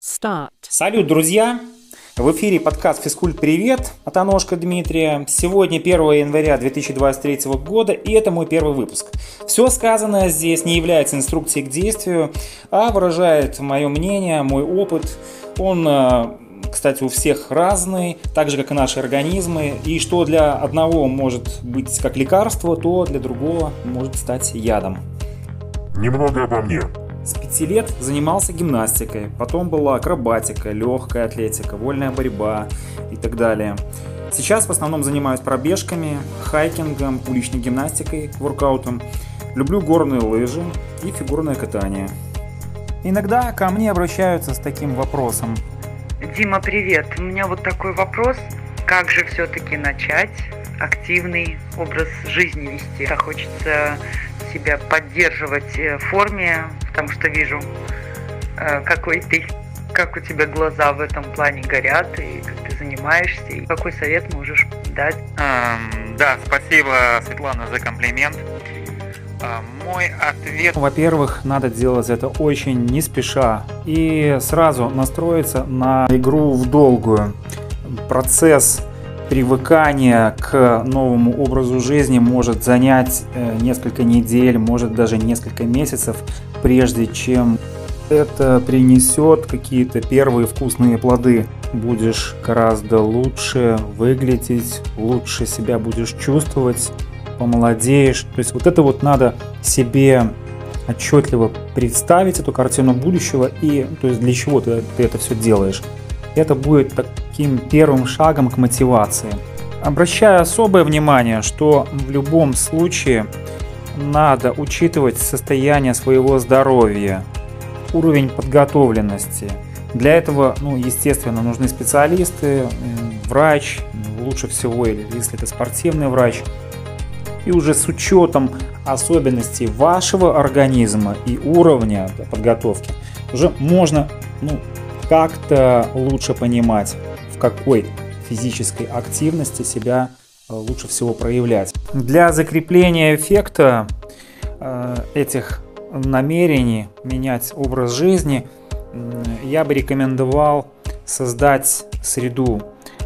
Start. Салют, друзья! В эфире подкаст «Физкульт. Привет» от Аношка Дмитрия. Сегодня 1 января 2023 года, и это мой первый выпуск. Все сказанное здесь не является инструкцией к действию, а выражает мое мнение, мой опыт. Он, кстати, у всех разный, так же, как и наши организмы. И что для одного может быть как лекарство, то для другого может стать ядом. Немного обо мне. С 5 лет занимался гимнастикой, потом была акробатика, легкая атлетика, вольная борьба и так далее. Сейчас в основном занимаюсь пробежками, хайкингом, уличной гимнастикой, воркаутом. Люблю горные лыжи и фигурное катание. Иногда ко мне обращаются с таким вопросом. Дима, привет. У меня вот такой вопрос. Как же все-таки начать активный образ жизни вести? Хочется себя поддерживать в форме, потому что вижу, какой ты, как у тебя глаза в этом плане горят, и как ты занимаешься, и какой совет можешь дать? Да, спасибо, Светлана, за комплимент. Мой ответ... Во-первых, надо делать это очень не спеша и сразу настроиться на игру в долгую. Процесс привыкание к новому образу жизни может занять несколько недель, может даже несколько месяцев, прежде чем это принесет какие-то первые вкусные плоды. Будешь гораздо лучше выглядеть, лучше себя будешь чувствовать, помолодеешь. То есть вот это вот надо себе отчетливо представить, эту картину будущего, и то есть для чего ты это все делаешь. Это будет таким первым шагом к мотивации. Обращаю особое внимание, что в любом случае надо учитывать состояние своего здоровья, уровень подготовленности. Для этого, естественно, нужны специалисты, врач, лучше всего, если это спортивный врач. И уже с учетом особенностей вашего организма и уровня подготовки уже можно как-то лучше понимать, в какой физической активности себя лучше всего проявлять. Для закрепления эффекта этих намерений менять образ жизни я бы рекомендовал создать среду,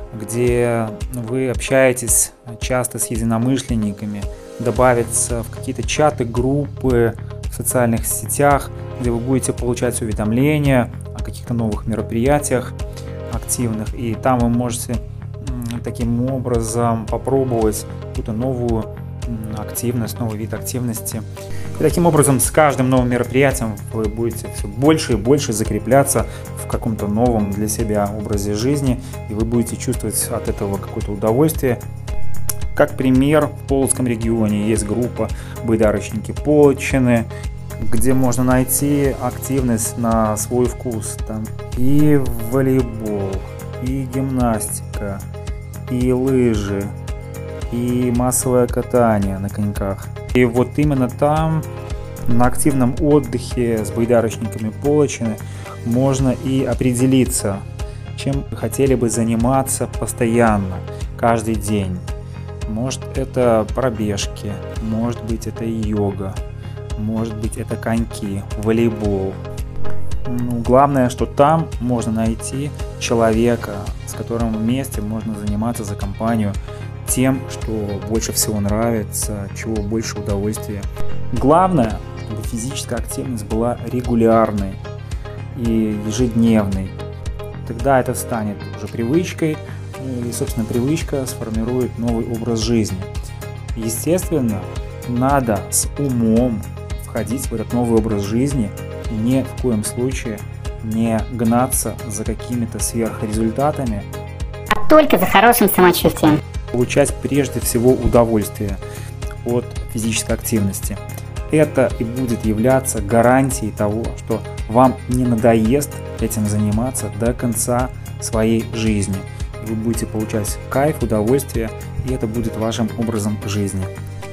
где вы общаетесь часто с единомышленниками, добавиться в какие-то чаты, группы в социальных сетях, где вы будете получать уведомления о каких-то новых мероприятиях активных, и там вы можете таким образом попробовать какую-то новую активность, новый вид активности. И таким образом с каждым новым мероприятием вы будете все больше и больше закрепляться в каком-то новом для себя образе жизни, и вы будете чувствовать от этого какое-то удовольствие. Как пример, в Полоцком регионе есть группа «Байдарочники Полочины», где можно найти активность на свой вкус. Там и волейбол, и гимнастика, и лыжи, и массовое катание на коньках. И вот именно там, на активном отдыхе с байдарочниками Полочины, можно и определиться, чем вы хотели бы заниматься постоянно, каждый день. Может, это пробежки, может быть, это йога, может быть, это коньки, волейбол. Главное, что там можно найти человека, с которым вместе можно заниматься за компанию тем, что больше всего нравится, чего больше удовольствия. Главное, чтобы физическая активность была регулярной и ежедневной. Тогда это станет уже привычкой, и, собственно, привычка сформирует новый образ жизни. Естественно, надо с умом входить в этот новый образ жизни, и ни в коем случае не гнаться за какими-то сверхрезультатами, а только за хорошим самочувствием. Получать прежде всего удовольствие от физической активности. Это и будет являться гарантией того, что вам не надоест этим заниматься до конца своей жизни. Вы будете получать кайф, удовольствие, и это будет вашим образом жизни.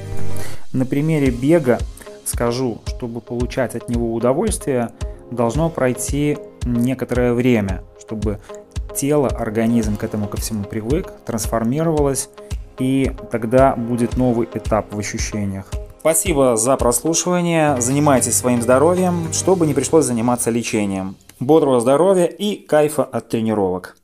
На примере бега скажу, чтобы получать от него удовольствие, должно пройти некоторое время, чтобы тело, организм к этому ко всему привык, трансформировалось, и тогда будет новый этап в ощущениях. Спасибо за прослушивание, занимайтесь своим здоровьем, чтобы не пришлось заниматься лечением. бодрого здоровья и кайфа от тренировок.